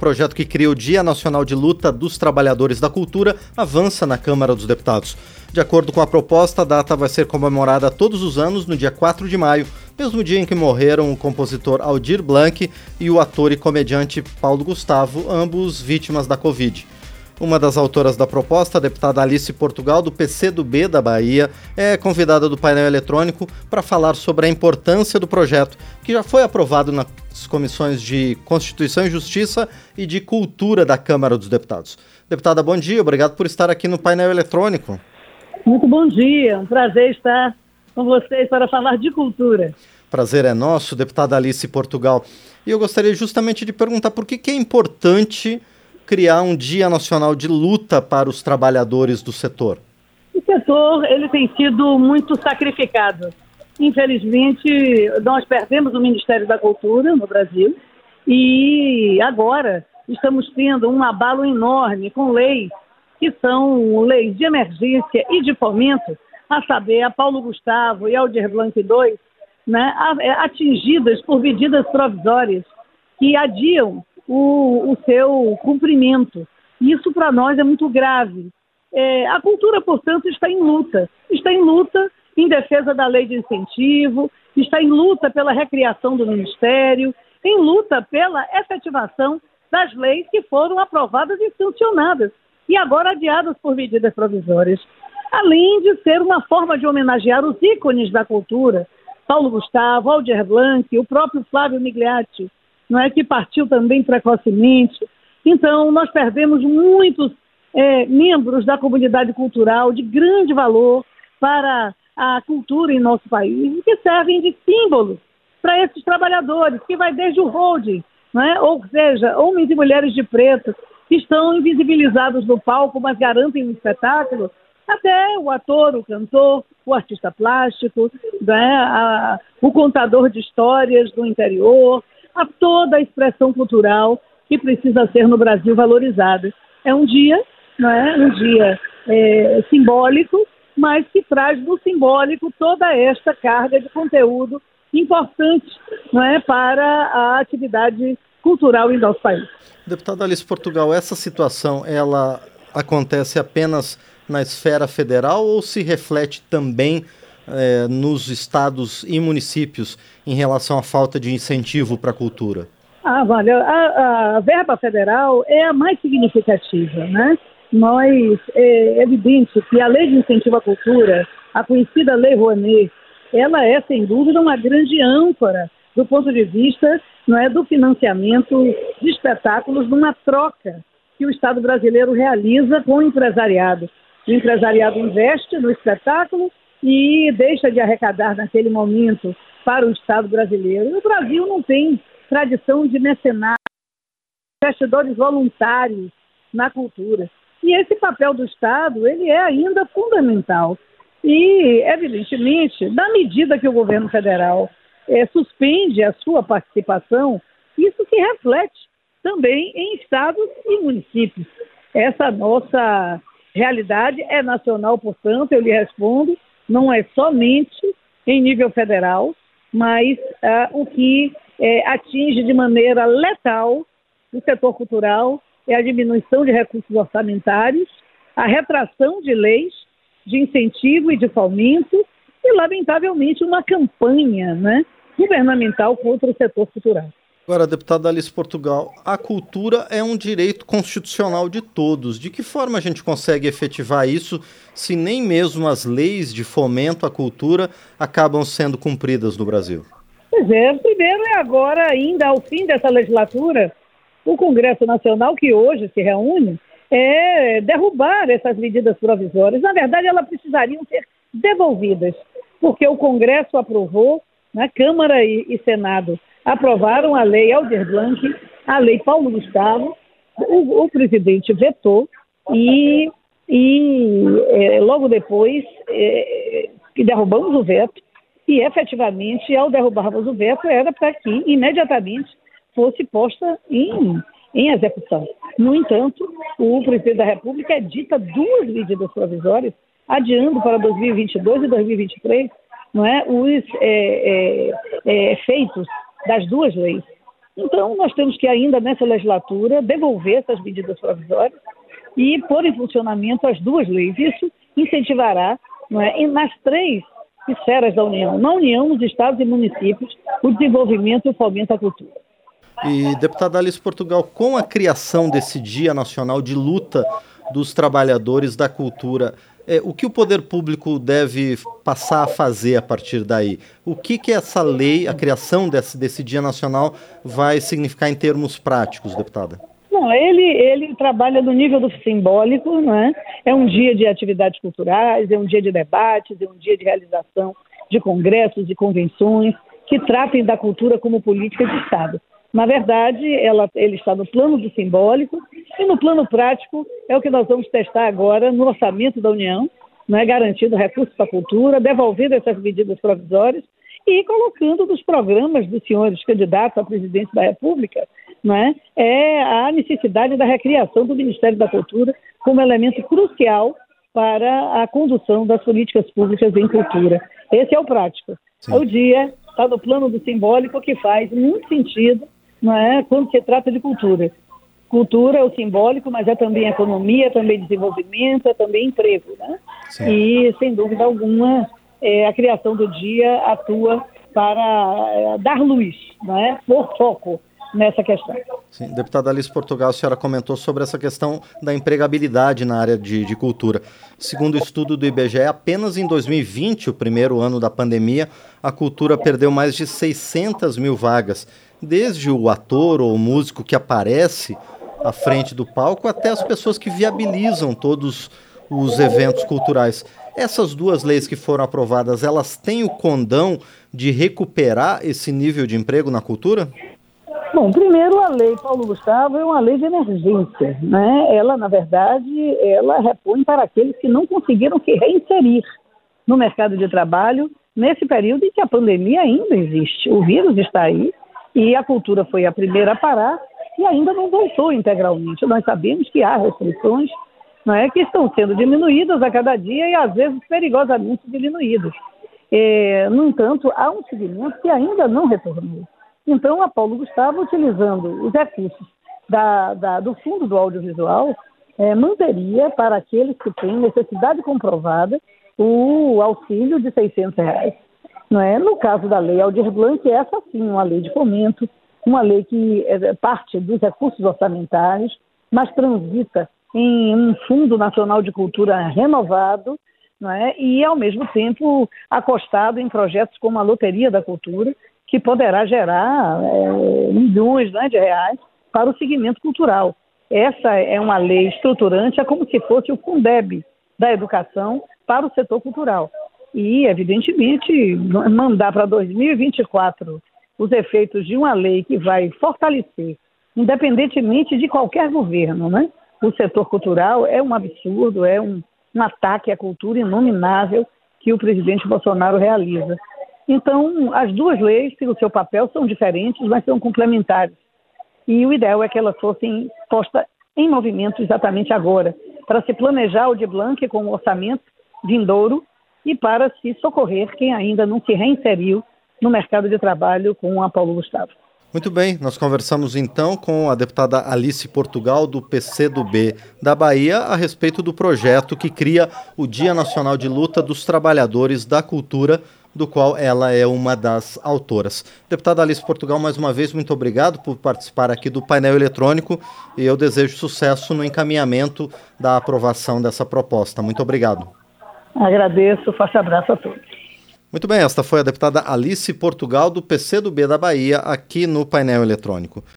projeto que cria o Dia Nacional de Luta dos Trabalhadores da Cultura avança na Câmara dos Deputados. De acordo com a proposta, a data vai ser comemorada todos os anos no dia 4 de maio, mesmo dia em que morreram o compositor Aldir Blanc e o ator e comediante Paulo Gustavo, ambos vítimas da Covid. Uma das autoras da proposta, a deputada Alice Portugal, do PCdoB da Bahia, é convidada do painel eletrônico para falar sobre a importância do projeto, que já foi aprovado nas comissões de Constituição e Justiça e de Cultura da Câmara dos Deputados. Deputada, bom dia, obrigado por estar aqui no painel eletrônico. Muito bom dia, um prazer estar com vocês para falar de cultura. Prazer é nosso, deputada Alice Portugal. E eu gostaria justamente de perguntar por que é importante criar um Dia Nacional de Luta para os trabalhadores do setor. O setor, ele tem sido muito sacrificado. Infelizmente, nós perdemos o Ministério da Cultura no Brasil e agora estamos tendo um abalo enorme com leis que são leis de emergência e de fomento, a saber, a Paulo Gustavo e Aldir Blanc II, né, atingidas por medidas provisórias que adiam o seu cumprimento. Isso para nós é muito grave. A cultura, portanto, está em luta em defesa da lei de incentivo, está em luta pela recriação do Ministério, em luta pela efetivação das leis que foram aprovadas e sancionadas e agora adiadas por medidas provisórias. Além de ser uma forma de homenagear os ícones da cultura, Paulo Gustavo, Aldir Blanc, o próprio Flávio Migliacci, não é, que partiu também precocemente. Então, nós perdemos muitos membros da comunidade cultural de grande valor para a cultura em nosso país, que servem de símbolo para esses trabalhadores, que vai desde o holding, não é? Ou seja, homens e mulheres de preto, que estão invisibilizados no palco, mas garantem um espetáculo, até o ator, o cantor, o artista plástico, né? O contador de histórias do interior, a toda a expressão cultural que precisa ser no Brasil valorizada. É um dia, não é? Um dia simbólico, mas que traz no simbólico toda esta carga de conteúdo importante, não é? Para a atividade cultural em nosso país. Deputada Alice Portugal, essa situação, ela acontece apenas na esfera federal ou se reflete também nos estados e municípios em relação à falta de incentivo para a cultura? A verba federal é a mais significativa, né? É evidente que a Lei de Incentivo à Cultura, a conhecida Lei Rouanet, ela é, sem dúvida, uma grande âncora do ponto de vista, não é, do financiamento de espetáculos numa troca que o Estado brasileiro realiza com o empresariado. O empresariado investe no espetáculo e deixa de arrecadar naquele momento para o Estado brasileiro. O Brasil não tem tradição de mecenato, investidores voluntários na cultura. E esse papel do Estado, ele é ainda fundamental. E, evidentemente, na medida que o governo federal suspende a sua participação, isso se reflete também em estados e municípios. Essa nossa realidade é nacional, portanto, eu lhe respondo, não é somente em nível federal, mas o que atinge de maneira letal o setor cultural é a diminuição de recursos orçamentários, a retração de leis de incentivo e de fomento e, lamentavelmente, uma campanha, né, governamental contra o setor cultural. Agora, deputada Alice Portugal, a cultura é um direito constitucional de todos. De que forma a gente consegue efetivar isso se nem mesmo as leis de fomento à cultura acabam sendo cumpridas no Brasil? Pois é, primeiro agora, ainda ao fim dessa legislatura, o Congresso Nacional, que hoje se reúne, derrubar essas medidas provisórias. Na verdade, elas precisariam ser devolvidas, porque o Congresso aprovou, né, Câmara e Senado aprovaram a lei Aldir Blanc, a lei Paulo Gustavo, o presidente vetou e logo depois que derrubamos o veto, e efetivamente, ao derrubarmos o veto, era para que imediatamente fosse posta em execução. No entanto, o presidente da República edita duas medidas provisórias, adiando para 2022 e 2023, não é, os efeitos das duas leis. Então, nós temos que ainda nessa legislatura devolver essas medidas provisórias e pôr em funcionamento as duas leis. Isso incentivará, não é, e nas três esferas da União, na União, nos estados e municípios, o desenvolvimento e o fomento à cultura. E, deputada Alice Portugal, com a criação desse Dia Nacional de Luta dos Trabalhadores da Cultura, o que o poder público deve passar a fazer a partir daí? O que essa lei, a criação desse Dia Nacional, vai significar em termos práticos, deputada? Não, ele trabalha no nível do simbólico, né? É um dia de atividades culturais, é um dia de debates, é um dia de realização de congressos e convenções que tratem da cultura como política de Estado. Na verdade, ele está no plano do simbólico e no plano prático é o que nós vamos testar agora no orçamento da União, né, garantindo recursos para a cultura, devolvendo essas medidas provisórias e colocando nos programas dos senhores candidatos à presidência da República, né, a necessidade da recriação do Ministério da Cultura como elemento crucial para a condução das políticas públicas em cultura. Esse é o prático. Sim. O dia está no plano do simbólico, que faz muito sentido, não é, quando se trata de cultura. Cultura é o simbólico, mas é também economia, é também desenvolvimento, é também emprego, né? Sim. E, sem dúvida alguma, a criação do dia atua para dar luz, né, pôr foco nessa questão. Sim, deputada Alice Portugal, a senhora comentou sobre essa questão da empregabilidade na área de cultura. Segundo o estudo do IBGE, apenas em 2020, o primeiro ano da pandemia, a cultura perdeu mais de 600 mil vagas, desde o ator ou o músico que aparece à frente do palco até as pessoas que viabilizam todos os eventos culturais. Essas duas leis que foram aprovadas, elas têm o condão de recuperar esse nível de emprego na cultura? Bom, primeiro a lei Paulo Gustavo é uma lei de emergência, né? Ela, na verdade, ela repõe para aqueles que não conseguiram se reinserir no mercado de trabalho nesse período em que a pandemia ainda existe. O vírus está aí e a cultura foi a primeira a parar e ainda não voltou integralmente. Nós sabemos que há restrições, não é, que estão sendo diminuídas a cada dia e às vezes perigosamente diminuídas. No entanto, há um segmento que ainda não retornou. Então, a Paulo Gustavo, utilizando os recursos do Fundo do Audiovisual, manteria para aqueles que têm necessidade comprovada o auxílio de R$600. Não é? No caso da Lei Aldir Blanc, essa sim, uma lei de fomento, uma lei que parte dos recursos orçamentários, mas transita em um Fundo Nacional de Cultura renovado, não é? E, ao mesmo tempo, acostado em projetos como a Loteria da Cultura, que poderá gerar milhões, né, de reais para o segmento cultural. Essa é uma lei estruturante, é como se fosse o Fundeb da educação para o setor cultural. E, evidentemente, mandar para 2024 os efeitos de uma lei que vai fortalecer, independentemente de qualquer governo, né, o setor cultural é um absurdo, é um ataque à cultura inominável que o presidente Bolsonaro realiza. Então, as duas leis, pelo seu papel, são diferentes, mas são complementares. E o ideal é que elas fossem postas em movimento exatamente agora, para se planejar o de Blanc com o orçamento vindouro e para se socorrer quem ainda não se reinseriu no mercado de trabalho com a Paulo Gustavo. Muito bem, nós conversamos então com a deputada Alice Portugal, do PCdoB da Bahia, a respeito do projeto que cria o Dia Nacional de Luta dos Trabalhadores da Cultura, do qual ela é uma das autoras. Deputada Alice Portugal, mais uma vez, muito obrigado por participar aqui do painel eletrônico e eu desejo sucesso no encaminhamento da aprovação dessa proposta. Muito obrigado. Agradeço, forte abraço a todos. Muito bem, esta foi a deputada Alice Portugal, do PCdoB da Bahia, aqui no painel eletrônico.